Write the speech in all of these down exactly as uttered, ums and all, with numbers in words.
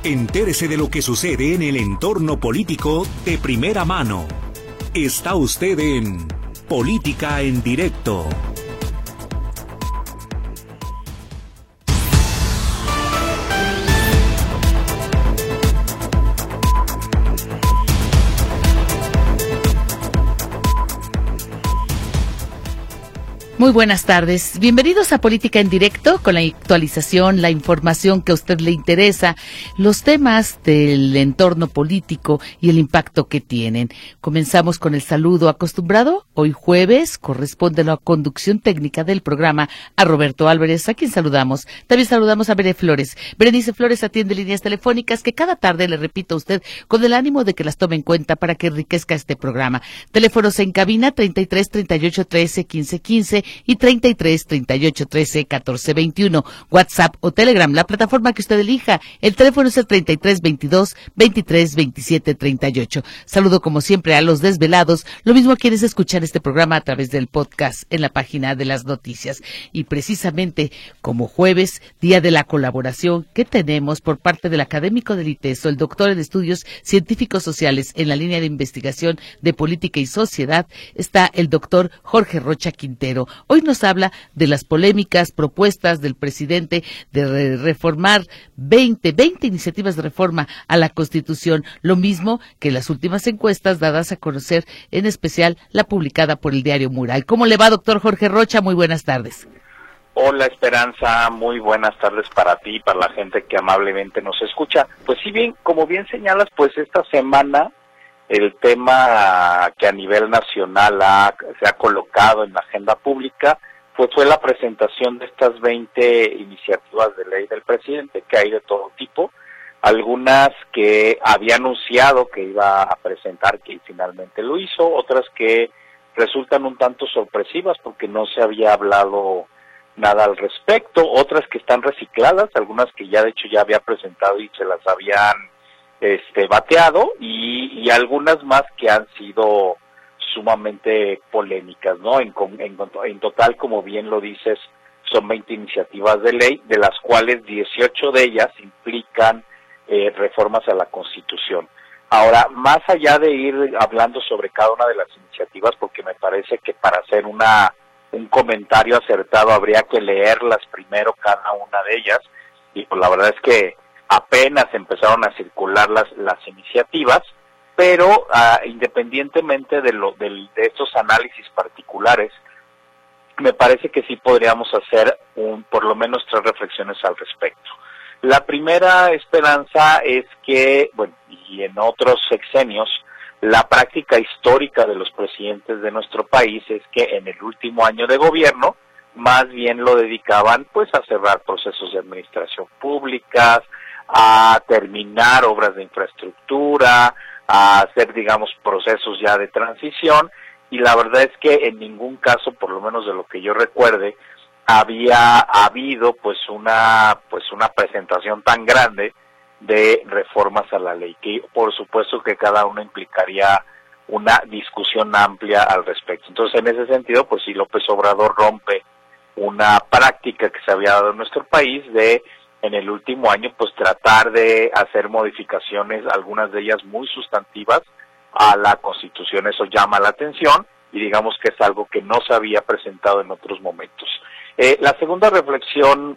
Entérese de lo que sucede en el entorno político de primera mano. Está usted en Política en Directo. Muy buenas tardes. Bienvenidos a Política en Directo, con la actualización, la información que a usted le interesa, los temas del entorno político y el impacto que tienen. Comenzamos con el saludo acostumbrado. Hoy jueves corresponde la conducción técnica del programa a Roberto Álvarez, a quien saludamos. También saludamos a Bere Flores. Berenice Flores atiende líneas telefónicas que cada tarde le repito a usted con el ánimo de que las tome en cuenta para que enriquezca este programa. Teléfonos en cabina treinta y tres, treinta y ocho, trece, quince, quince y treinta y tres, treinta y ocho, trece, catorce, veintiuno. WhatsApp o Telegram, la plataforma que usted elija. El teléfono es el treinta y tres, veintidós, veintitrés, veintisiete, treinta y ocho. Saludo como siempre a los desvelados, lo mismo a quienes escuchan este programa a través del podcast en la página de las noticias. Y precisamente como jueves, día de la colaboración que tenemos por parte del académico del ITESO, el doctor en estudios científicos sociales en la línea de investigación de política y sociedad, está el doctor Jorge Rocha Quintero. Hoy nos habla de las polémicas propuestas del presidente de re reformar veinte, veinte iniciativas de reforma a la Constitución, lo mismo que las últimas encuestas dadas a conocer, en especial la publicada por el diario Mural. ¿Cómo le va, doctor Jorge Rocha? Muy buenas tardes. Hola, Esperanza, muy buenas tardes para ti y para la gente que amablemente nos escucha. Pues sí, bien, como bien señalas, pues esta semana el tema que a nivel nacional ha, se ha colocado en la agenda pública pues fue la presentación de estas veinte iniciativas de ley del presidente, que hay de todo tipo, algunas que había anunciado que iba a presentar, que finalmente lo hizo, otras que resultan un tanto sorpresivas porque no se había hablado nada al respecto, otras que están recicladas, algunas que ya de hecho ya había presentado y se las habían este bateado, y, y algunas más que han sido sumamente polémicas, ¿no? En, en, en total, como bien lo dices, son veinte iniciativas de ley, de las cuales dieciocho de ellas implican eh, reformas a la Constitución. Ahora, más allá de ir hablando sobre cada una de las iniciativas, porque me parece que para hacer una un comentario acertado habría que leerlas primero cada una de ellas, y pues la verdad es que apenas empezaron a circular las, las iniciativas, pero uh, independientemente de, lo, de, de estos análisis particulares, me parece que sí podríamos hacer un, por lo menos tres reflexiones al respecto. La primera, Esperanza, es que, bueno, y en otros sexenios, la práctica histórica de los presidentes de nuestro país es que en el último año de gobierno, más bien lo dedicaban pues a cerrar procesos de administración públicas, a terminar obras de infraestructura, a hacer, digamos, procesos ya de transición, y la verdad es que en ningún caso, por lo menos de lo que yo recuerde, había habido pues una pues una presentación tan grande de reformas a la ley, que por supuesto que cada una implicaría una discusión amplia al respecto. Entonces, en ese sentido, pues sí, López Obrador rompe una práctica que se había dado en nuestro país de, en el último año, pues tratar de hacer modificaciones, algunas de ellas muy sustantivas, a la Constitución. Eso llama la atención y digamos que es algo que no se había presentado en otros momentos. Eh, la segunda reflexión,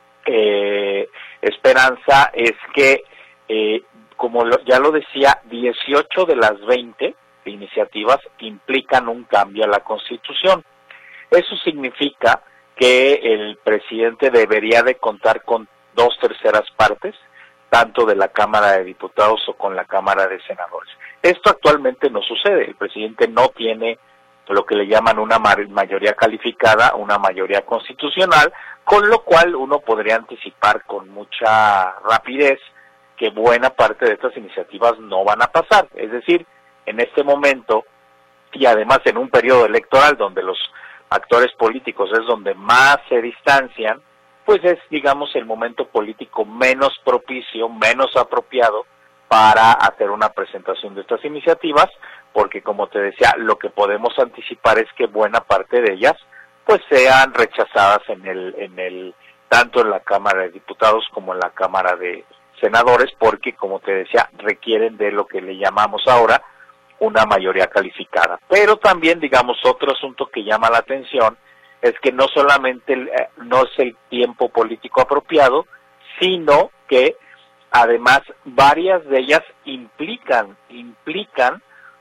eh, Esperanza, es que, eh, como lo, ya lo decía, dieciocho de las veinte iniciativas implican un cambio a la Constitución. Eso significa que el presidente debería de contar con dos terceras partes, tanto de la Cámara de Diputados o con la Cámara de Senadores. Esto actualmente no sucede. El presidente no tiene lo que le llaman una mayoría calificada, una mayoría constitucional, con lo cual uno podría anticipar con mucha rapidez que buena parte de estas iniciativas no van a pasar. Es decir, en este momento, y además en un periodo electoral donde los actores políticos es donde más se distancian, pues es, digamos, el momento político menos propicio, menos apropiado para hacer una presentación de estas iniciativas, porque como te decía, lo que podemos anticipar es que buena parte de ellas pues sean rechazadas en el en el tanto en la Cámara de Diputados como en la Cámara de senadores porque, como te decía, requieren de lo que le llamamos ahora una mayoría calificada. Pero también, digamos, otro asunto que llama la atención es que no solamente el, eh, no es el tiempo político apropiado, sino que además varias de ellas implican implican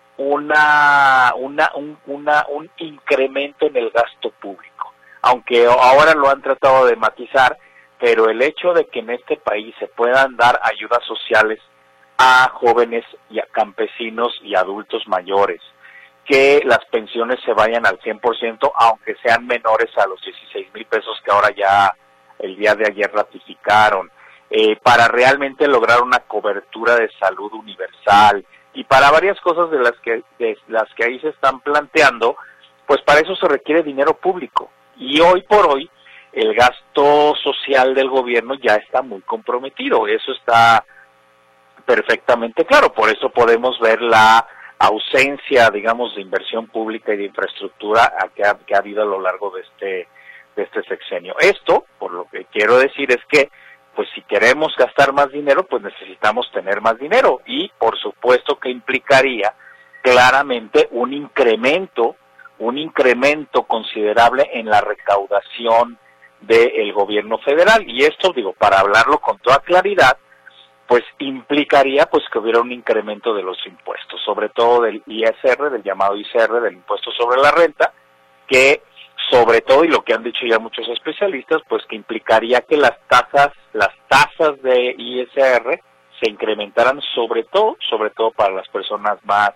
una una un, una un incremento en el gasto público, aunque ahora lo han tratado de matizar, pero el hecho de que en este país se puedan dar ayudas sociales a jóvenes y a campesinos y adultos mayores, que las pensiones se vayan al cien por ciento, aunque sean menores a los dieciséis mil pesos que ahora ya el día de ayer ratificaron, eh, para realmente lograr una cobertura de salud universal y para varias cosas de las que de las que ahí se están planteando, pues para eso se requiere dinero público. Y hoy por hoy el gasto social del gobierno ya está muy comprometido, eso está perfectamente claro, por eso podemos ver la ausencia, digamos, de inversión pública y de infraestructura que ha, que ha habido a lo largo de este de este sexenio. Esto, por lo que quiero decir, es que pues si queremos gastar más dinero, pues necesitamos tener más dinero y por supuesto que implicaría claramente un incremento, un incremento considerable en la recaudación del gobierno federal. Y esto, digo, para hablarlo con toda claridad, pues implicaría pues que hubiera un incremento de los impuestos, sobre todo del I S R, del llamado I C R, del impuesto sobre la renta, que sobre todo, y lo que han dicho ya muchos especialistas, pues que implicaría que las tasas, las tasas de I S R se incrementaran sobre todo, sobre todo para las personas más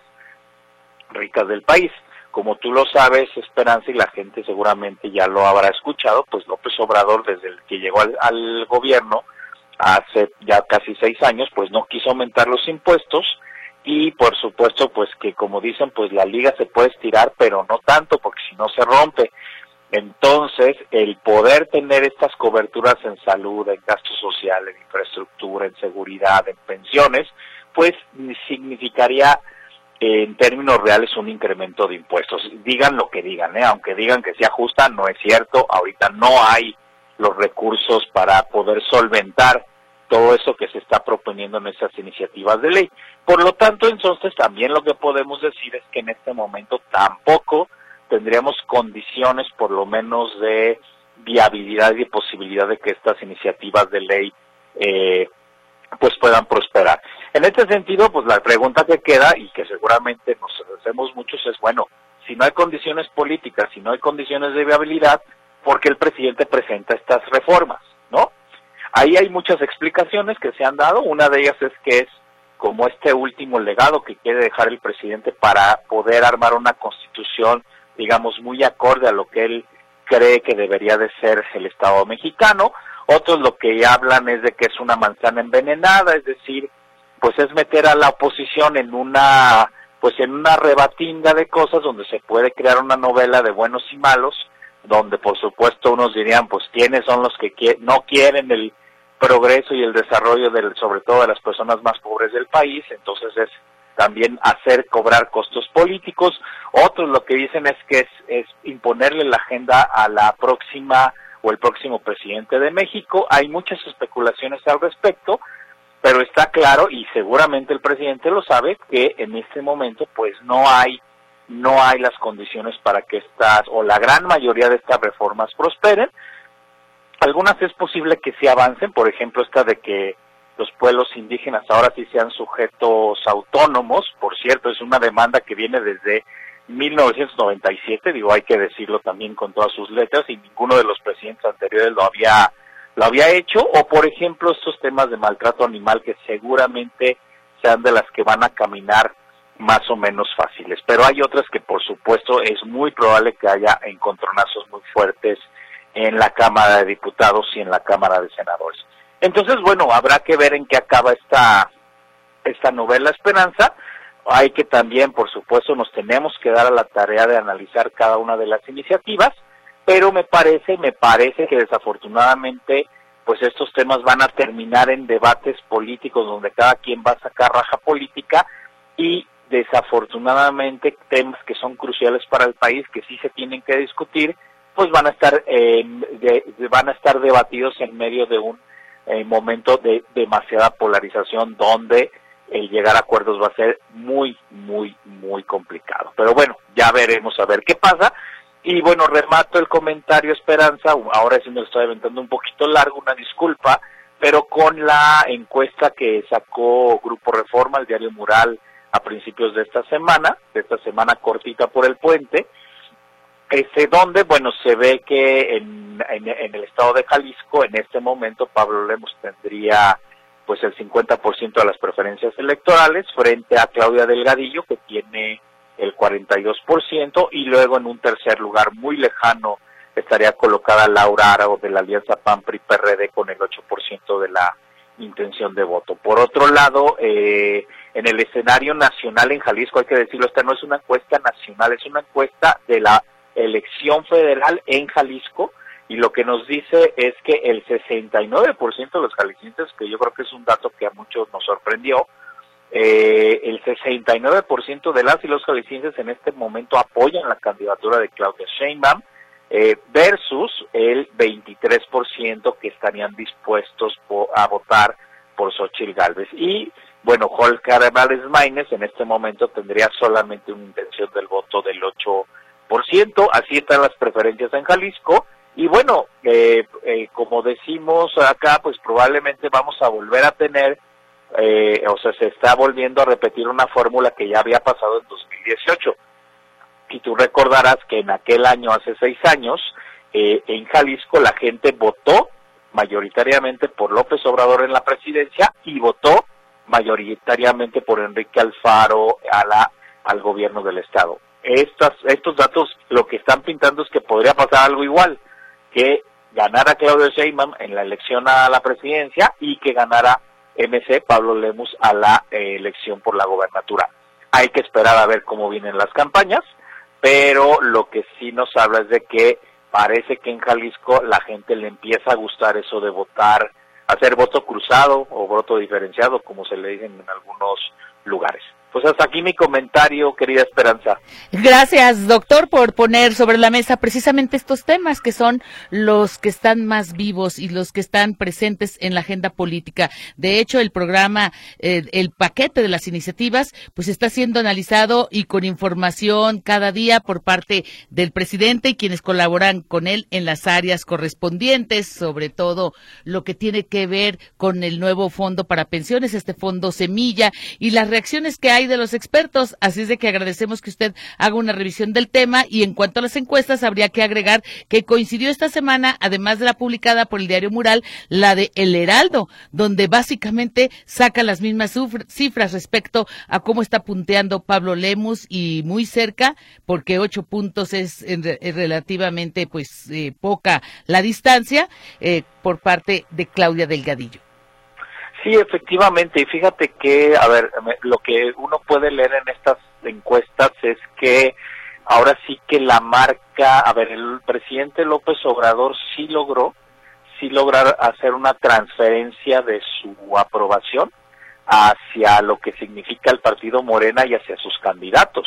ricas del país. Como tú lo sabes, Esperanza, y la gente seguramente ya lo habrá escuchado, pues López Obrador, desde el que llegó al, al gobierno, hace ya casi seis años, pues no quiso aumentar los impuestos y por supuesto pues que como dicen, pues la liga se puede estirar, pero no tanto porque si no se rompe. Entonces el poder tener estas coberturas en salud, en gasto social, en infraestructura, en seguridad, en pensiones, pues significaría eh, en términos reales un incremento de impuestos. Digan lo que digan, ¿eh? Aunque digan que sea justa, no es cierto, ahorita no hay los recursos para poder solventar todo eso que se está proponiendo en esas iniciativas de ley. Por lo tanto, entonces, también lo que podemos decir es que en este momento tampoco tendríamos condiciones, por lo menos, de viabilidad y de posibilidad de que estas iniciativas de ley eh, pues puedan prosperar. En este sentido, pues la pregunta que queda, y que seguramente nos hacemos muchos, es, bueno, si no hay condiciones políticas, si no hay condiciones de viabilidad, ¿por qué el presidente presenta estas reformas, no? Ahí hay muchas explicaciones que se han dado. Una de ellas es que es como este último legado que quiere dejar el presidente para poder armar una constitución, digamos, muy acorde a lo que él cree que debería de ser el Estado mexicano. Otros lo que hablan es de que es una manzana envenenada, es decir, pues es meter a la oposición en una, pues en una rebatinga de cosas donde se puede crear una novela de buenos y malos, donde por supuesto unos dirían, pues quiénes son los que qui- no quieren el progreso y el desarrollo del, sobre todo de las personas más pobres del país, entonces es también hacer cobrar costos políticos. Otros lo que dicen es que es, es imponerle la agenda a la próxima o el próximo presidente de México. Hay muchas especulaciones al respecto, pero está claro, y seguramente el presidente lo sabe, que en este momento pues no hay no hay las condiciones para que estas, o la gran mayoría de estas reformas prosperen. Algunas es posible que sí avancen, por ejemplo esta de que los pueblos indígenas ahora sí sean sujetos autónomos. Por cierto, es una demanda que viene desde mil novecientos noventa y siete, digo, hay que decirlo también con todas sus letras, y ninguno de los presidentes anteriores lo había lo había hecho. O por ejemplo estos temas de maltrato animal, que seguramente sean de las que van a caminar más o menos fáciles, pero hay otras que por supuesto es muy probable que haya encontronazos muy fuertes en la Cámara de Diputados y en la Cámara de Senadores. Entonces, bueno, habrá que ver en qué acaba esta esta novela Esperanza. Hay que también, por supuesto, nos tenemos que dar a la tarea de analizar cada una de las iniciativas, pero me parece, me parece que desafortunadamente, pues estos temas van a terminar en debates políticos donde cada quien va a sacar raja política, y desafortunadamente temas que son cruciales para el país, que sí se tienen que discutir, pues van a estar eh, de, van a estar debatidos en medio de un eh, momento de demasiada polarización donde el llegar a acuerdos va a ser muy, muy, muy complicado. Pero bueno, ya veremos a ver qué pasa. Y bueno, remato el comentario, Esperanza, ahora sí me lo estoy aventando un poquito largo, una disculpa, pero con la encuesta que sacó Grupo Reforma, el diario Mural, a principios de esta semana, de esta semana cortita por el puente, este, donde, bueno, se ve que en, en, en el estado de Jalisco, en este momento, Pablo Lemus tendría pues el cincuenta por ciento de las preferencias electorales frente a Claudia Delgadillo, que tiene el cuarenta y dos por ciento, y luego en un tercer lugar muy lejano estaría colocada Laura Arago de la alianza P A N P R I P R D con el ocho por ciento de la intención de voto. Por otro lado, eh, en el escenario nacional en Jalisco, hay que decirlo, esta no es una encuesta nacional, es una encuesta de la elección federal en Jalisco, y lo que nos dice es que el sesenta y nueve por ciento de los jaliscienses, que yo creo que es un dato que a muchos nos sorprendió, eh, el sesenta y nueve por ciento de las y los jaliscienses en este momento apoyan la candidatura de Claudia Sheinbaum, eh, versus el veintitrés por ciento que estarían dispuestos po- a votar por Xóchitl Gálvez. Y bueno, Holger Álvarez Maínez en este momento tendría solamente una intención del voto del ocho por ciento, así están las preferencias en Jalisco, y bueno, eh, eh, como decimos acá, pues probablemente vamos a volver a tener, eh, o sea, se está volviendo a repetir una fórmula que ya había pasado en dos mil dieciocho, y tú recordarás que en aquel año, hace seis años, eh, en Jalisco la gente votó mayoritariamente por López Obrador en la presidencia y votó mayoritariamente por Enrique Alfaro a la, al gobierno del estado. Estas, estos datos lo que están pintando es que podría pasar algo igual, que ganara Claudia Sheinbaum en la elección a la presidencia y que ganara M C, Pablo Lemus, a la eh, elección por la gobernatura. Hay que esperar a ver cómo vienen las campañas, pero lo que sí nos habla es de que parece que en Jalisco la gente le empieza a gustar eso de votar, hacer voto cruzado o voto diferenciado, como se le dicen en algunos lugares. Pues hasta aquí mi comentario, querida Esperanza. Gracias, doctor, por poner sobre la mesa precisamente estos temas que son los que están más vivos y los que están presentes en la agenda política. De hecho, el programa, eh, el paquete de las iniciativas, pues está siendo analizado y con información cada día por parte del presidente y quienes colaboran con él en las áreas correspondientes, sobre todo lo que tiene que ver con el nuevo fondo para pensiones, este fondo Semilla, y las reacciones que hay de los expertos, así es de que agradecemos que usted haga una revisión del tema. Y en cuanto a las encuestas, habría que agregar que coincidió esta semana, además de la publicada por el diario Mural, la de El Heraldo, donde básicamente saca las mismas cifras respecto a cómo está punteando Pablo Lemus, y muy cerca, porque ocho puntos es, es relativamente pues eh, poca la distancia eh, por parte de Claudia Delgadillo. Sí, efectivamente, y fíjate que, a ver, lo que uno puede leer en estas encuestas es que ahora sí que la marca, a ver, el presidente López Obrador sí logró, sí lograr hacer una transferencia de su aprobación hacia lo que significa el partido Morena y hacia sus candidatos,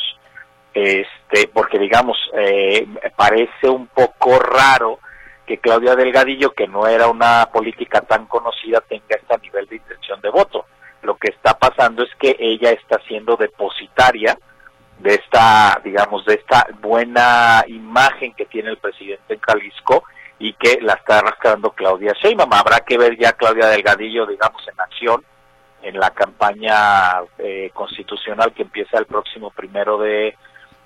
este, porque digamos, eh, parece un poco raro que Claudia Delgadillo, que no era una política tan conocida, tenga este nivel de intención de voto. Lo que está pasando es que ella está siendo depositaria de esta, digamos, de esta buena imagen que tiene el presidente en Jalisco y que la está arrastrando Claudia Sheinbaum. Habrá que ver ya Claudia Delgadillo, digamos, en acción en la campaña eh, constitucional que empieza el próximo primero de,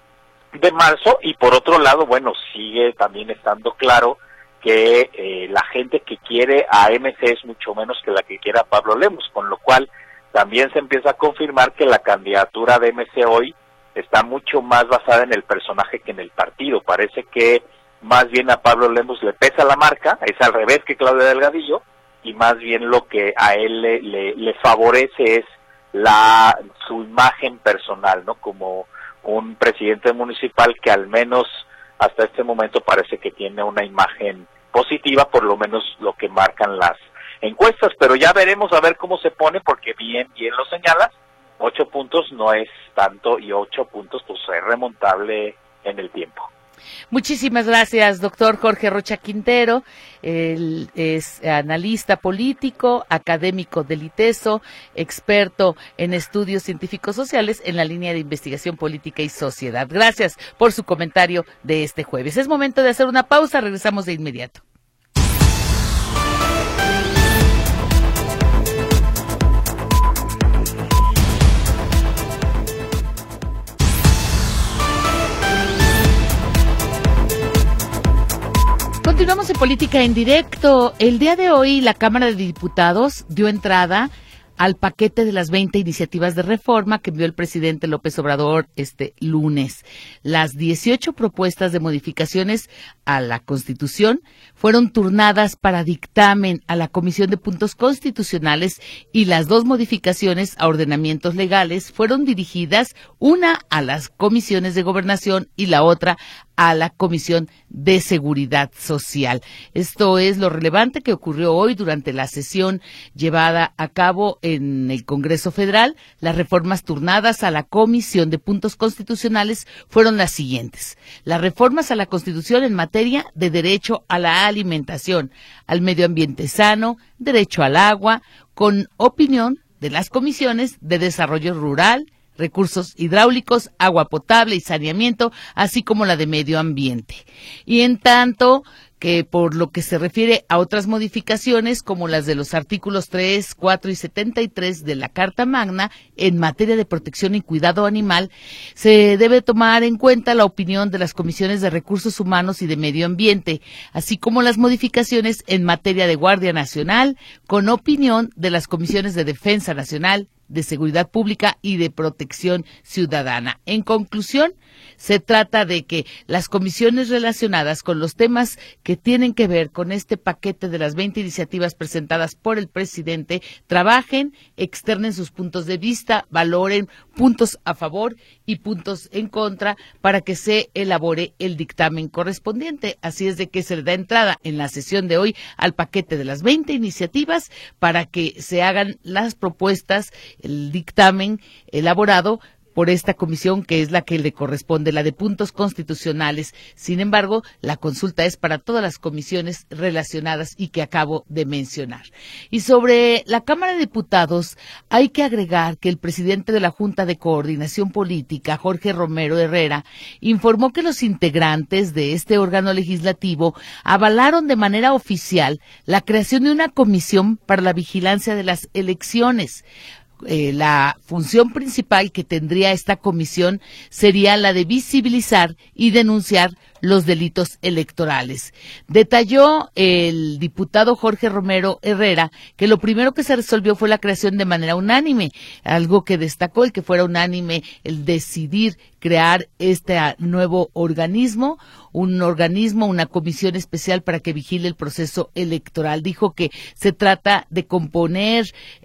de marzo. Y por otro lado, bueno, sigue también estando claro que eh, la gente que quiere a M C es mucho menos que la que quiere a Pablo Lemus, con lo cual también se empieza a confirmar que la candidatura de M C hoy está mucho más basada en el personaje que en el partido. Parece que más bien a Pablo Lemus le pesa la marca, es al revés que Claudia Delgadillo, y más bien lo que a él le, le, le favorece es la su imagen personal, ¿no? Como un presidente municipal que al menos hasta este momento parece que tiene una imagen positiva, por lo menos lo que marcan las encuestas, pero ya veremos a ver cómo se pone, porque bien, bien lo señalas, ocho puntos no es tanto, y ocho puntos pues es remontable en el tiempo. Muchísimas gracias, doctor Jorge Rocha Quintero. Él es analista político, académico del ITESO, experto en estudios científicos sociales en la línea de investigación política y sociedad. Gracias por su comentario de este jueves. Es momento de hacer una pausa, regresamos de inmediato. Continuamos en Política en Directo. El día de hoy la Cámara de Diputados dio entrada al paquete de las veinte iniciativas de reforma que envió el presidente López Obrador este lunes. Las dieciocho propuestas de modificaciones a la Constitución fueron turnadas para dictamen a la Comisión de Puntos Constitucionales y las dos modificaciones a ordenamientos legales fueron dirigidas, una a las comisiones de Gobernación y la otra a la Comisión de Seguridad Social. Esto es lo relevante que ocurrió hoy durante la sesión llevada a cabo en el Congreso Federal. Las reformas turnadas a la Comisión de Puntos Constitucionales fueron las siguientes. Las reformas a la Constitución en materia de derecho a la alimentación, al medio ambiente sano, derecho al agua, con opinión de las comisiones de Desarrollo Rural, Recursos Hidráulicos, Agua Potable y Saneamiento, así como la de Medio Ambiente. Y en tanto que por lo que se refiere a otras modificaciones, como las de los artículos tres, cuatro y setenta y tres de la Carta Magna, en materia de protección y cuidado animal, se debe tomar en cuenta la opinión de las comisiones de Recursos Humanos y de Medio Ambiente, así como las modificaciones en materia de Guardia Nacional, con opinión de las comisiones de Defensa Nacional, de Seguridad Pública y de Protección Ciudadana. En conclusión, se trata de que las comisiones relacionadas con los temas que tienen que ver con este paquete de las veinte iniciativas presentadas por el presidente trabajen, externen sus puntos de vista, valoren puntos a favor y puntos en contra para que se elabore el dictamen correspondiente. Así es de que se le da entrada en la sesión de hoy al paquete de las veinte iniciativas para que se hagan las propuestas, el dictamen elaborado por esta comisión, que es la que le corresponde, la de puntos constitucionales. Sin embargo, la consulta es para todas las comisiones relacionadas y que acabo de mencionar. Y sobre la Cámara de Diputados, hay que agregar que el presidente de la Junta de Coordinación Política, Jorge Romero Herrera, informó que los integrantes de este órgano legislativo avalaron de manera oficial la creación de una comisión para la vigilancia de las elecciones. Eh, la función principal que tendría esta comisión sería la de visibilizar y denunciar los delitos electorales. Detalló el diputado Jorge Romero Herrera que lo primero que se resolvió fue la creación de manera unánime, algo que destacó el que fuera unánime el decidir crear este nuevo organismo, un organismo, una comisión especial para que vigile el proceso electoral. Dijo que se trata de componer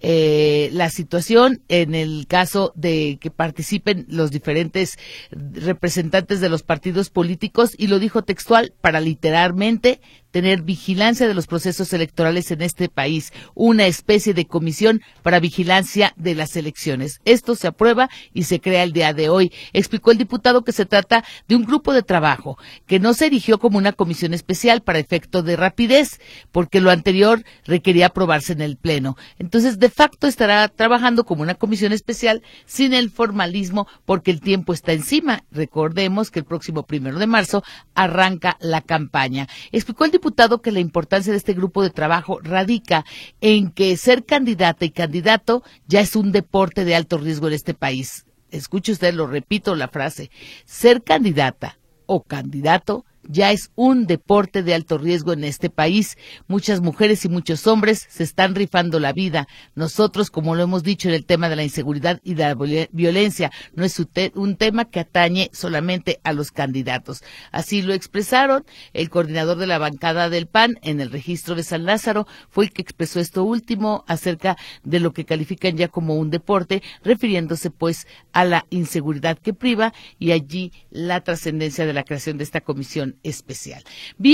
eh, la situación en el caso de que participen los diferentes representantes de los partidos políticos, y lo dijo textual, para literalmente tener vigilancia de los procesos electorales en este país, una especie de comisión para vigilancia de las elecciones. Esto se aprueba y se crea el día de hoy. Explicó el diputado que se trata de un grupo de trabajo que no se erigió como una comisión especial para efecto de rapidez, porque lo anterior requería aprobarse en el Pleno. Entonces, de facto, estará trabajando como una comisión especial sin el formalismo, porque el tiempo está encima. Recordemos que el próximo primero de marzo arranca la campaña. Explicó el diputado que la importancia de este grupo de trabajo radica en que ser candidata y candidato ya es un deporte de alto riesgo en este país. Escuche usted, lo repito la frase, ser candidata o candidato ya es un deporte de alto riesgo en este país. Muchas mujeres y muchos hombres se están rifando la vida. Nosotros, como lo hemos dicho en el tema de la inseguridad y de la violencia, no es un tema que atañe solamente a los candidatos. Así lo expresaron. El coordinador de la bancada del P A N en el registro de San Lázaro fue el que expresó esto último acerca de lo que califican ya como un deporte, refiriéndose pues a la inseguridad que priva, y allí la trascendencia de la creación de esta comisión especial. Vía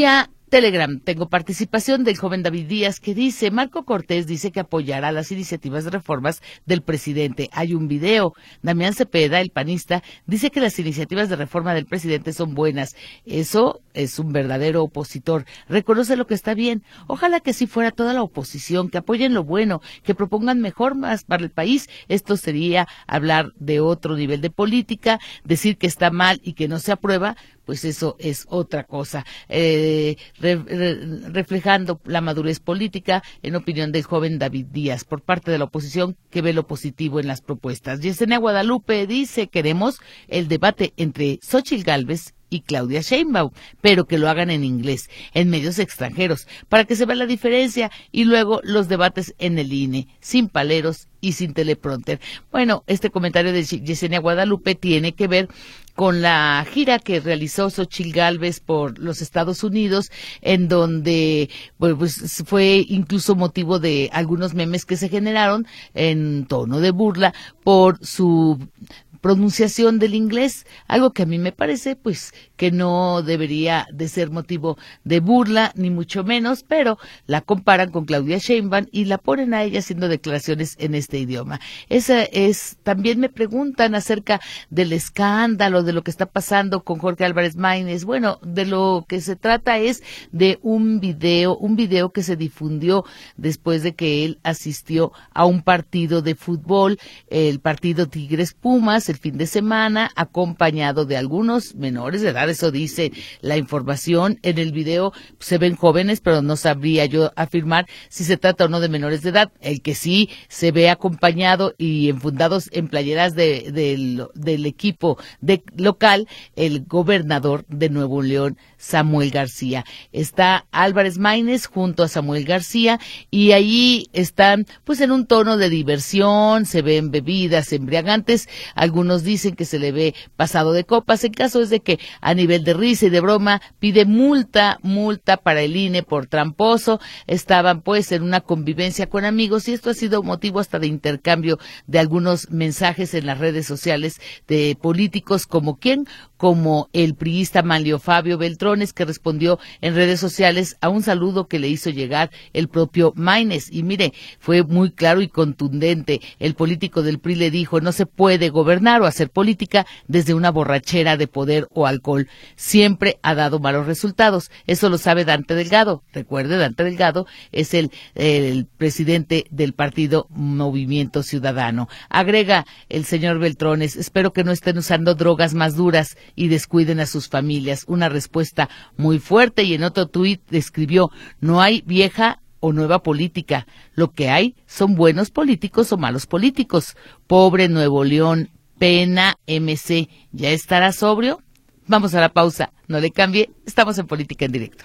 Telegram, tengo participación del joven David Díaz que dice, Marco Cortés dice que apoyará las iniciativas de reformas del presidente. Hay un video. Damián Cepeda, el panista, dice que las iniciativas de reforma del presidente son buenas. Eso es un verdadero opositor. Reconoce lo que está bien. Ojalá que así fuera toda la oposición, que apoyen lo bueno, que propongan mejor más para el país. Esto sería hablar de otro nivel de política, decir que está mal y que no se aprueba, pues eso es otra cosa. Eh, re, re, reflejando la madurez política, en opinión del joven David Díaz, por parte de la oposición que ve lo positivo en las propuestas. Yesenia Guadalupe dice, queremos el debate entre Xóchitl Gálvez y Claudia Sheinbaum, pero que lo hagan en inglés, en medios extranjeros, para que se vea la diferencia, y luego los debates en el I N E, sin paleros y sin teleprompter. Bueno, este comentario de Yesenia Guadalupe tiene que ver con la gira que realizó Xóchitl Gálvez por los Estados Unidos, en donde bueno, pues fue incluso motivo de algunos memes que se generaron en tono de burla por su pronunciación del inglés, algo que a mí me parece pues que no debería de ser motivo de burla, ni mucho menos, pero la comparan con Claudia Sheinbaum y la ponen a ella haciendo declaraciones en este idioma. Esa es, también me preguntan acerca del escándalo, de lo que está pasando con Jorge Álvarez Maínez. Bueno, de lo que se trata es de un video, un video que se difundió después de que él asistió a un partido de fútbol, el partido Tigres Pumas, el fin de semana, acompañado de algunos menores de edad, eso dice la información. En el video se ven jóvenes, pero no sabría yo afirmar si se trata o no de menores de edad. El que sí se ve acompañado y enfundados en playeras de, de, del equipo de, local, el gobernador de Nuevo León, Samuel García. Está Álvarez Maínez junto a Samuel García y ahí están pues en un tono de diversión, se ven bebidas embriagantes, algunos dicen que se le ve pasado de copas. El caso es de que a nivel de risa y de broma pide multa, multa para el I N E por tramposo. Estaban pues en una convivencia con amigos y esto ha sido motivo hasta de intercambio de algunos mensajes en las redes sociales de políticos como quién, como el priista Manlio Fabio Beltrones, que respondió en redes sociales a un saludo que le hizo llegar el propio Maínez. Y mire, fue muy claro y contundente. El político del P R I le dijo, no se puede gobernar o hacer política desde una borrachera de poder o alcohol. Siempre ha dado malos resultados. Eso lo sabe Dante Delgado. Recuerde, Dante Delgado es el, el presidente del partido Movimiento Ciudadano. Agrega el señor Beltrones, espero que no estén usando drogas más duras y descuiden a sus familias. Una respuesta muy fuerte, y en otro tuit escribió, no hay vieja o nueva política, lo que hay son buenos políticos o malos políticos. Pobre Nuevo León, pena M C, ¿ya estará sobrio? Vamos a la pausa, no le cambie, estamos en Política en Directo.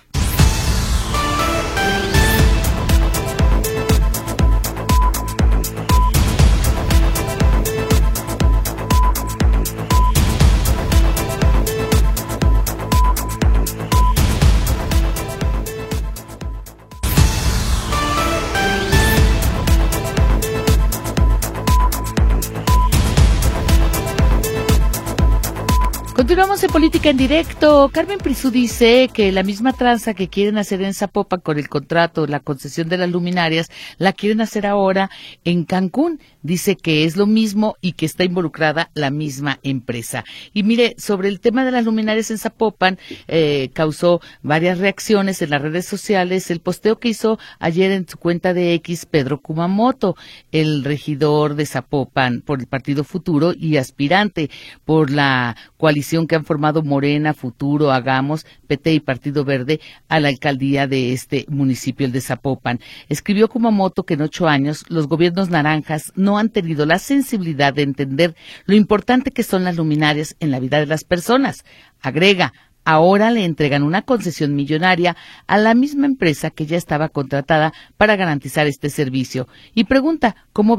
Continuamos en Política en Directo. Carmen Prisú dice que la misma tranza que quieren hacer en Zapopan con el contrato, la concesión de las luminarias, la quieren hacer ahora en Cancún. Dice que es lo mismo y que está involucrada la misma empresa. Y mire, sobre el tema de las luminarias en Zapopan, eh, causó varias reacciones en las redes sociales. El posteo que hizo ayer en su cuenta de X, Pedro Kumamoto, el regidor de Zapopan por el Partido Futuro y aspirante por la coalición que han formado Morena, Futuro, Hagamos, P T y Partido Verde a la alcaldía de este municipio, el de Zapopan. Escribió Kumamoto que en ocho años los gobiernos naranjas no han tenido la sensibilidad de entender lo importante que son las luminarias en la vida de las personas. Agrega, ahora le entregan una concesión millonaria a la misma empresa que ya estaba contratada para garantizar este servicio. Y pregunta, ¿cómo ven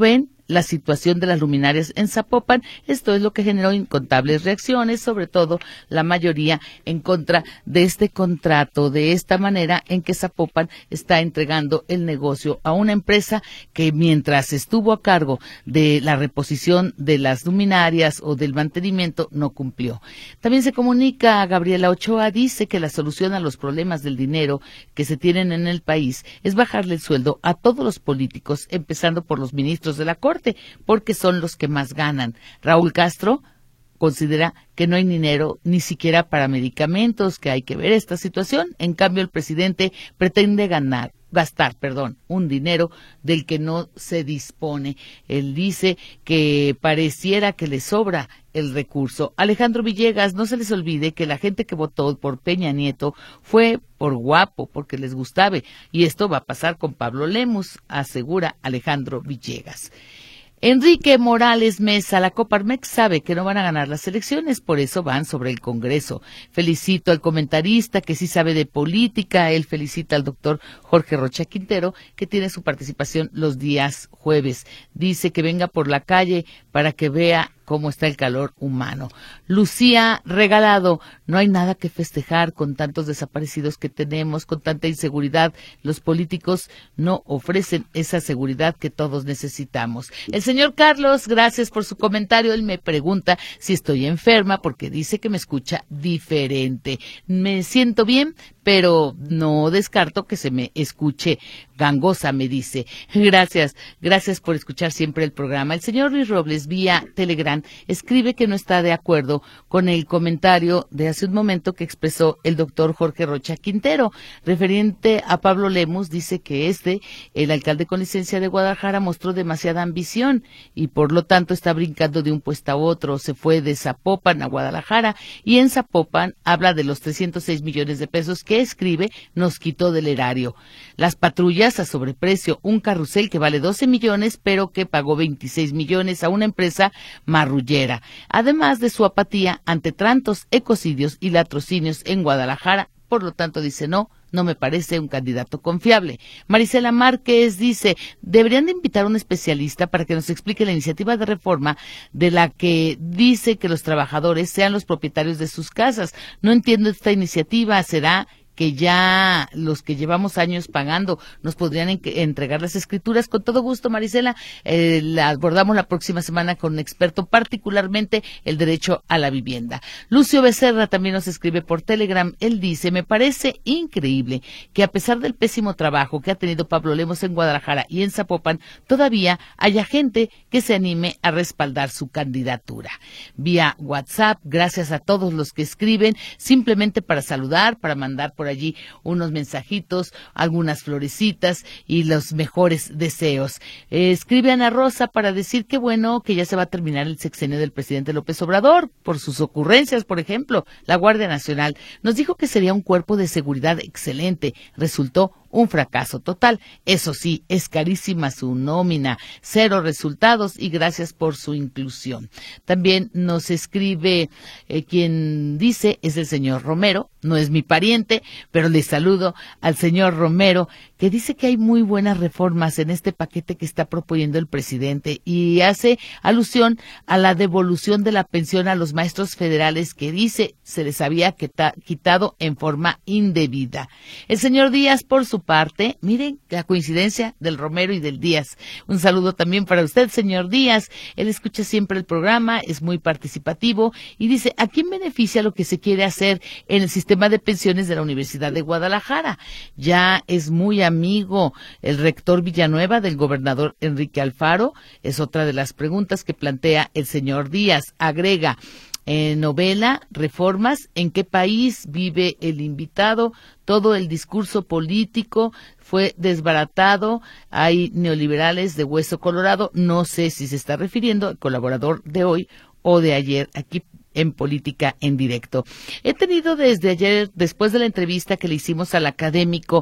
la situación de las luminarias en Zapopan. Esto es lo que generó incontables reacciones, sobre todo la mayoría en contra de este contrato, de esta manera en que Zapopan está entregando el negocio a una empresa que mientras estuvo a cargo de la reposición de las luminarias o del mantenimiento no cumplió. También se comunica a Gabriela Ochoa, dice que la solución a los problemas del dinero que se tienen en el país es bajarle el sueldo a todos los políticos, empezando por los ministros de la Corte, porque son los que más ganan. Raúl Castro considera que no hay dinero ni siquiera para medicamentos, que hay que ver esta situación. En cambio, el presidente pretende ganar, gastar, perdón, un dinero del que no se dispone. Él dice que pareciera que le sobra el recurso. Alejandro Villegas, no se les olvide que la gente que votó por Peña Nieto fue por guapo, porque les gustaba, y esto va a pasar con Pablo Lemus, asegura Alejandro Villegas. Enrique Morales Mesa, la Coparmex sabe que no van a ganar las elecciones, por eso van sobre el Congreso. Felicito al comentarista que sí sabe de política, él felicita al doctor Jorge Rocha Quintero, que tiene su participación los días jueves. Dice que venga por la calle para que vea cómo está el calor humano. Lucía Regalado, no hay nada que festejar con tantos desaparecidos que tenemos, con tanta inseguridad. Los políticos no ofrecen esa seguridad que todos necesitamos. El señor Carlos, gracias por su comentario. Él me pregunta si estoy enferma porque dice que me escucha diferente. Me siento bien, pero no descarto que se me escuche gangosa, me dice. Gracias, gracias por escuchar siempre el programa. El señor Luis Robles, vía Telegram, escribe que no está de acuerdo con el comentario de hace un momento que expresó el doctor Jorge Rocha Quintero, referente a Pablo Lemus. Dice que este, el alcalde con licencia de Guadalajara, mostró demasiada ambición y por lo tanto está brincando de un puesto a otro. Se fue de Zapopan a Guadalajara y en Zapopan habla de los trescientos seis millones de pesos que escribe nos quitó del erario. Las patrullas a sobreprecio, un carrusel que vale doce millones pero que pagó veintiséis millones a una empresa marrullera, además de su apatía ante tantos ecocidios y latrocinios en Guadalajara. Por lo tanto, dice no, no me parece un candidato confiable. Marisela Márquez dice, deberían de invitar a un especialista para que nos explique la iniciativa de reforma de la que dice que los trabajadores sean los propietarios de sus casas. No entiendo esta iniciativa, ¿será que ya los que llevamos años pagando nos podrían en- entregar las escrituras? Con todo gusto, Marisela, eh, la abordamos la próxima semana con un experto, particularmente el derecho a la vivienda. Lucio Becerra también nos escribe por Telegram. Él dice, me parece increíble que a pesar del pésimo trabajo que ha tenido Pablo Lemus en Guadalajara y en Zapopan, todavía haya gente que se anime a respaldar su candidatura. Vía WhatsApp, gracias a todos los que escriben, simplemente para saludar, para mandar por allí unos mensajitos, algunas florecitas y los mejores deseos. Eh, escribe Ana Rosa para decir que bueno, que ya se va a terminar el sexenio del presidente López Obrador por sus ocurrencias. Por ejemplo, la Guardia Nacional nos dijo que sería un cuerpo de seguridad excelente. Resultó un fracaso total. Eso sí, es carísima su nómina, cero resultados y gracias por su inclusión. También nos escribe eh, quien dice, es el señor Romero, no es mi pariente, pero le saludo al señor Romero, que dice que hay muy buenas reformas en este paquete que está proponiendo el presidente y hace alusión a la devolución de la pensión a los maestros federales que dice se les había quita- quitado en forma indebida. El señor Díaz, por su parte, miren la coincidencia del Romero y del Díaz. Un saludo también para usted, señor Díaz. Él escucha siempre el programa, es muy participativo y dice, ¿a quién beneficia lo que se quiere hacer en el sistema de pensiones de la Universidad de Guadalajara? Ya es muy amigo el rector Villanueva del gobernador Enrique Alfaro. Es otra de las preguntas que plantea el señor Díaz. Agrega, Eh, novela, reformas, ¿en qué país vive el invitado? Todo el discurso político fue desbaratado, hay neoliberales de hueso colorado, no sé si se está refiriendo al colaborador de hoy o de ayer aquí en Política en Directo. He tenido desde ayer, después de la entrevista que le hicimos al académico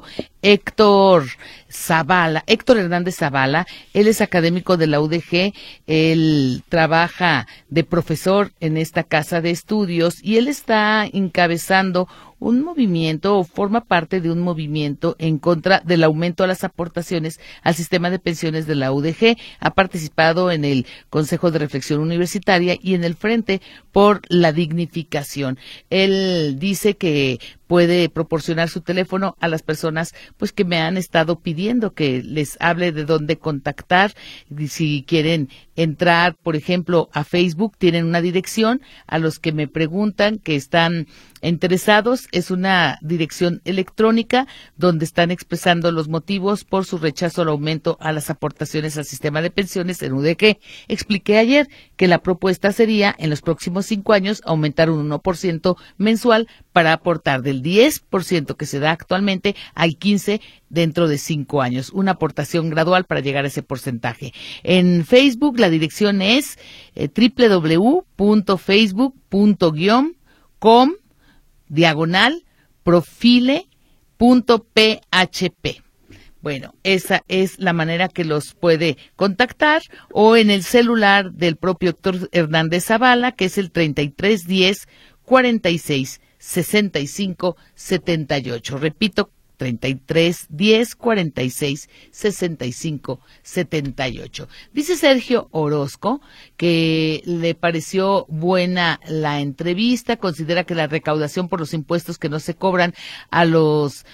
Héctor Zavala, Héctor Hernández Zavala, él es académico de la U D G, él trabaja de profesor en esta casa de estudios y él está encabezando un movimiento o forma parte de un movimiento en contra del aumento a las aportaciones al sistema de pensiones de la U D G. Ha participado en el Consejo de Reflexión Universitaria y en el Frente por la Dignificación. Él dice que puede proporcionar su teléfono a las personas pues que me han estado pidiendo que les hable de dónde contactar. Si quieren entrar, por ejemplo, a Facebook, tienen una dirección. A los que me preguntan que están interesados, es una dirección electrónica donde están expresando los motivos por su rechazo al aumento a las aportaciones al sistema de pensiones en U D G. Expliqué ayer que la propuesta sería en los próximos cinco años aumentar un uno por ciento mensual para aportar del diez por ciento que se da actualmente al quince por ciento dentro de cinco años. Una aportación gradual para llegar a ese porcentaje. En Facebook la dirección es eh, doble u doble u doble u punto facebook punto com diagonal profile punto p h p. Bueno, esa es la manera que los puede contactar, o en el celular del propio doctor Hernández Zavala, que es el treinta y tres diez cuarenta y seis sesenta y cinco setenta y ocho. Repito, treinta y tres diez cuarenta y seis sesenta y cinco setenta y ocho. Dice Sergio Orozco que le pareció buena la entrevista, considera que la recaudación por los impuestos que no se cobran a los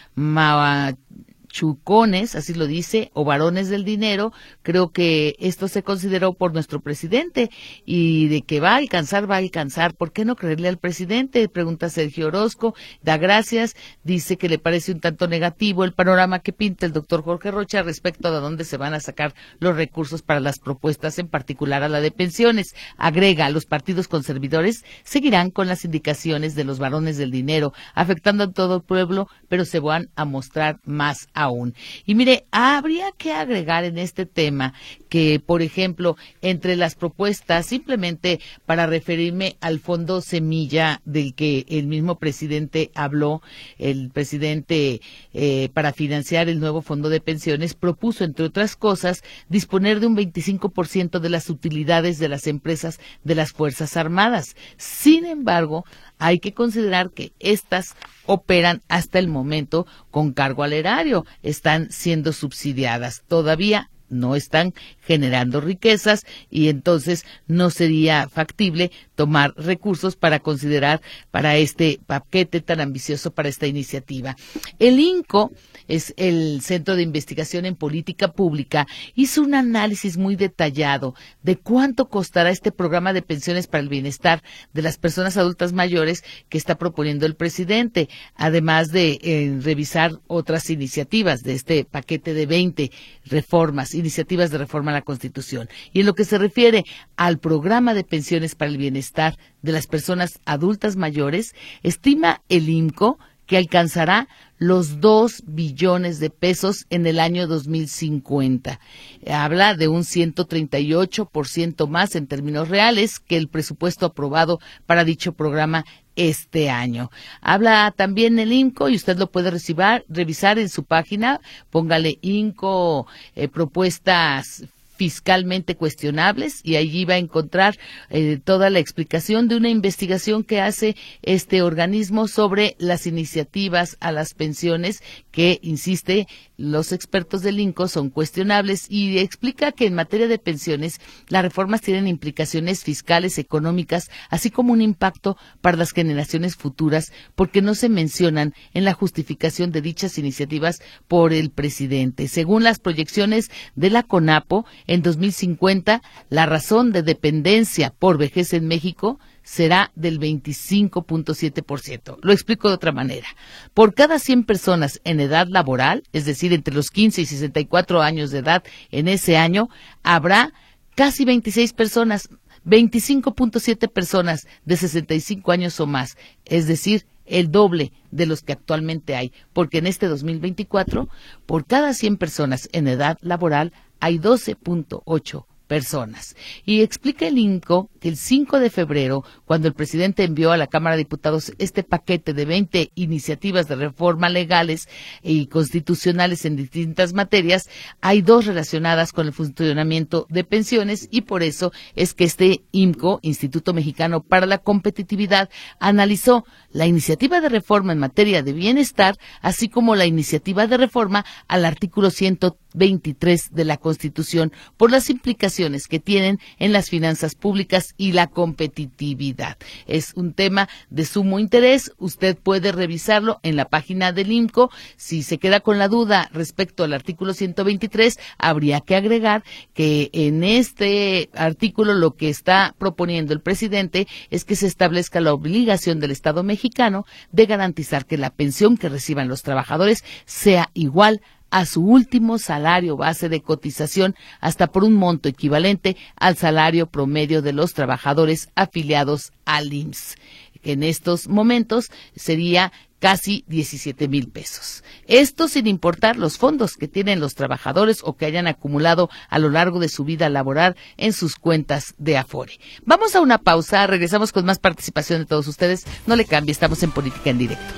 ma chucones, así lo dice, o varones del dinero, creo que esto se consideró por nuestro presidente, y de que va a alcanzar, va a alcanzar. ¿Por qué no creerle al presidente? Pregunta Sergio Orozco, da gracias, dice que le parece un tanto negativo el panorama que pinta el doctor Jorge Rocha respecto a de dónde se van a sacar los recursos para las propuestas, en particular a la de pensiones. Agrega, los partidos conservadores seguirán con las indicaciones de los varones del dinero, afectando a todo el pueblo, pero se van a mostrar más aún. Y mire, habría que agregar en este tema que, por ejemplo, entre las propuestas, simplemente para referirme al fondo semilla del que el mismo presidente habló, el presidente eh, para financiar el nuevo fondo de pensiones propuso, entre otras cosas, disponer de un veinticinco por ciento de las utilidades de las empresas de las Fuerzas Armadas. Sin embargo, hay que considerar que estas operan hasta el momento con cargo al erario, están siendo subsidiadas, todavía no están generando riquezas, y entonces no sería factible tomar recursos para considerar para este paquete tan ambicioso, para esta iniciativa. El I N C O, es el Centro de Investigación en Política Pública, hizo un análisis muy detallado de cuánto costará este programa de pensiones para el bienestar de las personas adultas mayores que está proponiendo el presidente, además de eh, revisar otras iniciativas de este paquete de veinte reformas, iniciativas de reforma a la Constitución. Y en lo que se refiere al programa de pensiones para el bienestar de las personas adultas mayores, estima el I N C O que alcanzará los dos billones de pesos en el año dos mil cincuenta. Habla de un ciento treinta y ocho por ciento más en términos reales que el presupuesto aprobado para dicho programa este año. Habla también el I N C O, y usted lo puede recibir, revisar en su página, póngale I N C O eh, propuestas fiscalmente cuestionables, y allí va a encontrar eh, toda la explicación de una investigación que hace este organismo sobre las iniciativas a las pensiones que, insiste, los expertos del I N C O son cuestionables, y explica que en materia de pensiones las reformas tienen implicaciones fiscales, económicas, así como un impacto para las generaciones futuras, porque no se mencionan en la justificación de dichas iniciativas por el presidente. Según las proyecciones de la CONAPO, en dos mil cincuenta, la razón de dependencia por vejez en México será del veinticinco punto siete por ciento. Lo explico de otra manera. Por cada cien personas en edad laboral, es decir, entre los quince y sesenta y cuatro años de edad en ese año, habrá casi veintiséis personas, veinticinco punto siete personas de sesenta y cinco años o más, es decir, el doble de los que actualmente hay, porque en este dos mil veinticuatro, por cada cien personas en edad laboral, hay doce punto ocho personas. Y explica el INCO que el cinco de febrero, cuando el presidente envió a la Cámara de Diputados este paquete de veinte iniciativas de reforma legales y constitucionales en distintas materias, hay dos relacionadas con el funcionamiento de pensiones, y por eso es que este IMCO, Instituto Mexicano para la Competitividad, analizó la iniciativa de reforma en materia de bienestar, así como la iniciativa de reforma al artículo ciento veintitrés de la Constitución, por las implicaciones que tienen en las finanzas públicas y la competitividad. Es un tema de sumo interés. Usted puede revisarlo en la página del IMCO. Si se queda con la duda respecto al artículo ciento veintitrés, habría que agregar que en este artículo lo que está proponiendo el presidente es que se establezca la obligación del Estado mexicano de garantizar que la pensión que reciban los trabajadores sea igual a su último salario base de cotización, hasta por un monto equivalente al salario promedio de los trabajadores afiliados al I M S S, que en estos momentos sería casi diecisiete mil pesos. Esto sin importar los fondos que tienen los trabajadores o que hayan acumulado a lo largo de su vida laboral en sus cuentas de Afore. Vamos a una pausa, regresamos con más participación de todos ustedes. No le cambie, estamos en Política en Directo.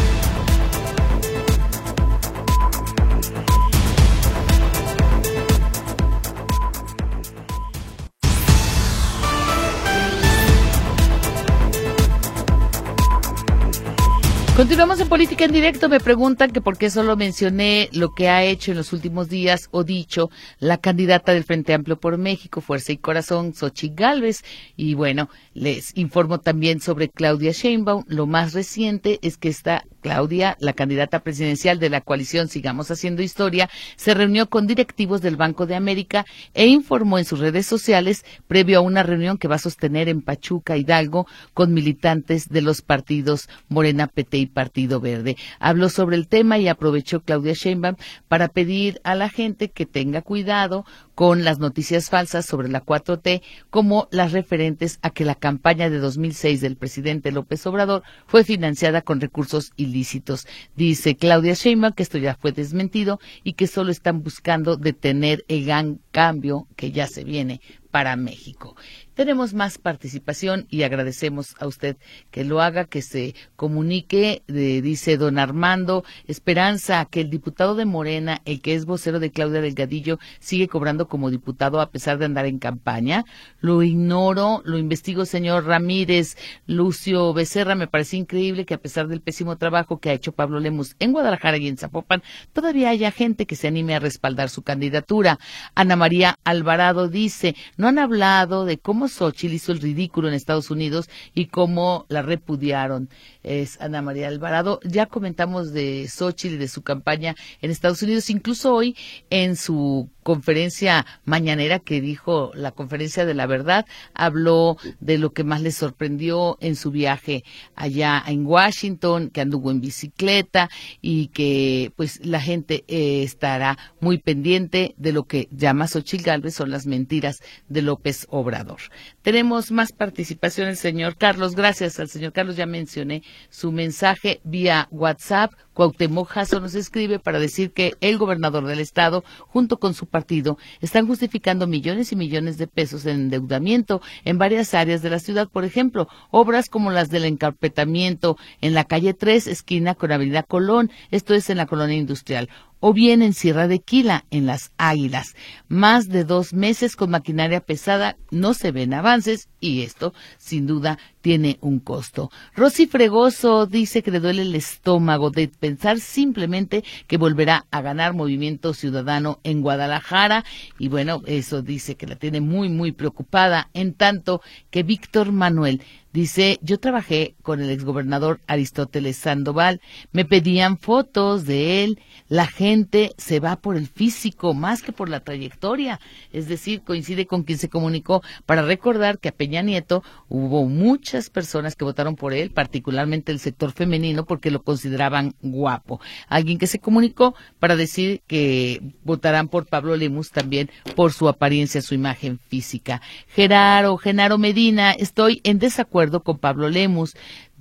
Continuamos en Política en Directo. Me preguntan que por qué solo mencioné lo que ha hecho en los últimos días o dicho la candidata del Frente Amplio por México, Fuerza y Corazón, Xóchitl Gálvez. Y bueno, les informo también sobre Claudia Sheinbaum. Lo más reciente es que esta Claudia, la candidata presidencial de la coalición Sigamos Haciendo Historia, se reunió con directivos del Banco de América e informó en sus redes sociales, previo a una reunión que va a sostener en Pachuca, Hidalgo, con militantes de los partidos Morena, P T y Partido Verde. Habló sobre el tema y aprovechó Claudia Sheinbaum para pedir a la gente que tenga cuidado con las noticias falsas sobre la cuatro T, como las referentes a que la campaña de dos mil seis del presidente López Obrador fue financiada con recursos ilícitos. Dice Claudia Sheinbaum que esto ya fue desmentido y que solo están buscando detener el gran cambio que ya se viene para México. Tenemos más participación y agradecemos a usted que lo haga, que se comunique. Eh, dice don Armando Esperanza que el diputado de Morena, el que es vocero de Claudia Delgadillo, sigue cobrando como diputado a pesar de andar en campaña. Lo ignoro, lo investigo, señor Ramírez. Lucio Becerra, me parece increíble que a pesar del pésimo trabajo que ha hecho Pablo Lemus en Guadalajara y en Zapopan, todavía haya gente que se anime a respaldar su candidatura. Ana María Alvarado dice, no han hablado de cómo Xóchitl hizo el ridículo en Estados Unidos y cómo la repudiaron. Es Ana María Alvarado. Ya comentamos de Xóchitl y de su campaña en Estados Unidos, incluso hoy en su conferencia mañanera que dijo la Conferencia de la Verdad, habló de lo que más le sorprendió en su viaje allá en Washington, que anduvo en bicicleta y que pues la gente eh, estará muy pendiente de lo que llama Xóchitl Gálvez son las mentiras de López Obrador. Tenemos más participación el señor Carlos. Gracias al señor Carlos, ya mencioné su mensaje vía WhatsApp. Cuauhtémoc Jasso nos escribe para decir que el gobernador del estado, junto con su partido, están justificando millones y millones de pesos en endeudamiento en varias áreas de la ciudad. Por ejemplo, obras como las del encarpetamiento en la calle tres, esquina con Avenida Colón, esto es en la colonia industrial, o bien en Sierra de Quila, en Las Águilas. Más de dos meses con maquinaria pesada, no se ven avances y esto, sin duda, tiene un costo. Rosy Fregoso dice que le duele el estómago de pensar simplemente que volverá a ganar Movimiento Ciudadano en Guadalajara y bueno, eso dice que la tiene muy, muy preocupada. En tanto que Víctor Manuel dice, yo trabajé con el exgobernador Aristóteles Sandoval, me pedían fotos de él, la gente se va por el físico más que por la trayectoria, es decir, coincide con quien se comunicó para recordar que a Peña Nieto hubo muchas personas que votaron por él, particularmente el sector femenino, porque lo consideraban guapo. Alguien que se comunicó para decir que votarán por Pablo Lemus también por su apariencia, su imagen física. Geraro, Genaro Medina, estoy en desacuerdo con Pablo Lemus.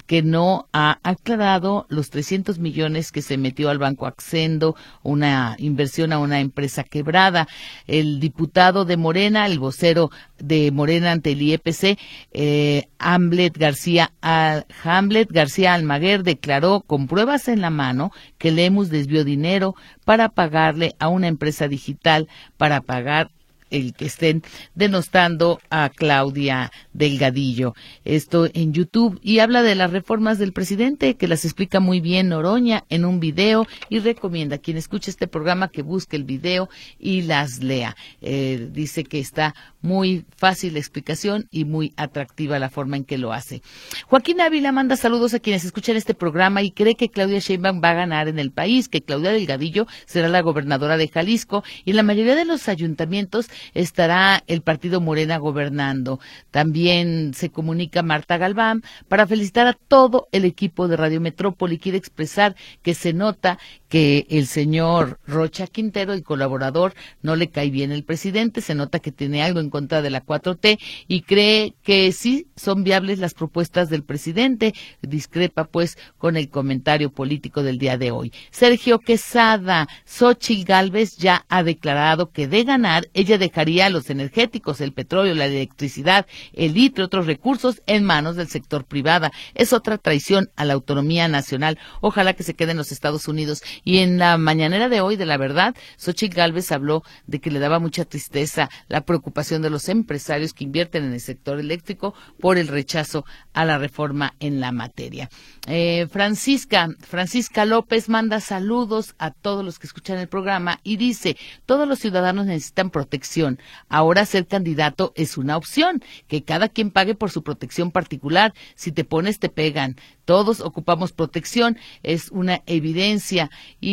que no ha aclarado los trescientos millones que se metió al Banco Accendo, una inversión a una empresa quebrada. El diputado de Morena, el vocero de Morena ante el I E P C, eh, Hamlet García, Al, Hamlet García Almaguer, declaró con pruebas en la mano que Lemus desvió dinero para pagarle a una empresa digital para pagar el que estén denostando a Claudia Delgadillo. Esto en YouTube, y habla de las reformas del presidente, que las explica muy bien Noroña en un video, y recomienda a quien escuche este programa que busque el video y las lea. Eh, dice que está muy fácil la explicación y muy atractiva la forma en que lo hace. Joaquín Ávila manda saludos a quienes escuchan este programa y cree que Claudia Sheinbaum va a ganar en el país, que Claudia Delgadillo será la gobernadora de Jalisco y en la mayoría de los ayuntamientos estará el partido Morena gobernando. También se comunica Marta Galván para felicitar a todo el equipo de Radio Metrópoli. Quiere expresar que se nota que el señor Rocha Quintero, el colaborador, no le cae bien el presidente, se nota que tiene algo en contra de la cuatro T y cree que sí son viables las propuestas del presidente. Discrepa pues con el comentario político del día de hoy. Sergio Quesada, Xóchitl Gálvez ya ha declarado que de ganar ella dejaría los energéticos, el petróleo, la electricidad, el litro y otros recursos en manos del sector privado. Es otra traición a la autonomía nacional. Ojalá que se quede en los Estados Unidos. Y en la mañanera de hoy, de La Verdad, Xóchitl Gálvez habló de que le daba mucha tristeza la preocupación de los empresarios que invierten en el sector eléctrico por el rechazo a la reforma en la materia. Eh, Francisca, Francisca López manda saludos a todos los que escuchan el programa y dice, todos los ciudadanos necesitan protección. Ahora ser candidato es una opción, que cada quien pague por su protección particular. Si te pones, te pegan. Todos ocupamos protección, es una evidencia.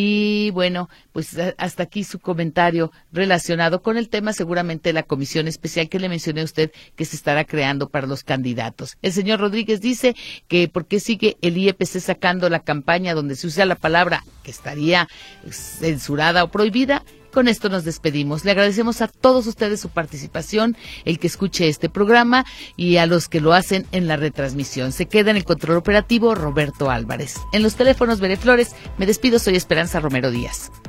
Y bueno, pues hasta aquí su comentario relacionado con el tema, seguramente la comisión especial que le mencioné a usted que se estará creando para los candidatos. El señor Rodríguez dice que por qué sigue el I E P C sacando la campaña donde se usa la palabra que estaría censurada o prohibida. Con esto nos despedimos. Le agradecemos a todos ustedes su participación, el que escuche este programa y a los que lo hacen en la retransmisión. Se queda en el control operativo Roberto Álvarez. En los teléfonos Veré Flores, me despido, soy Esperanza Romero Díaz.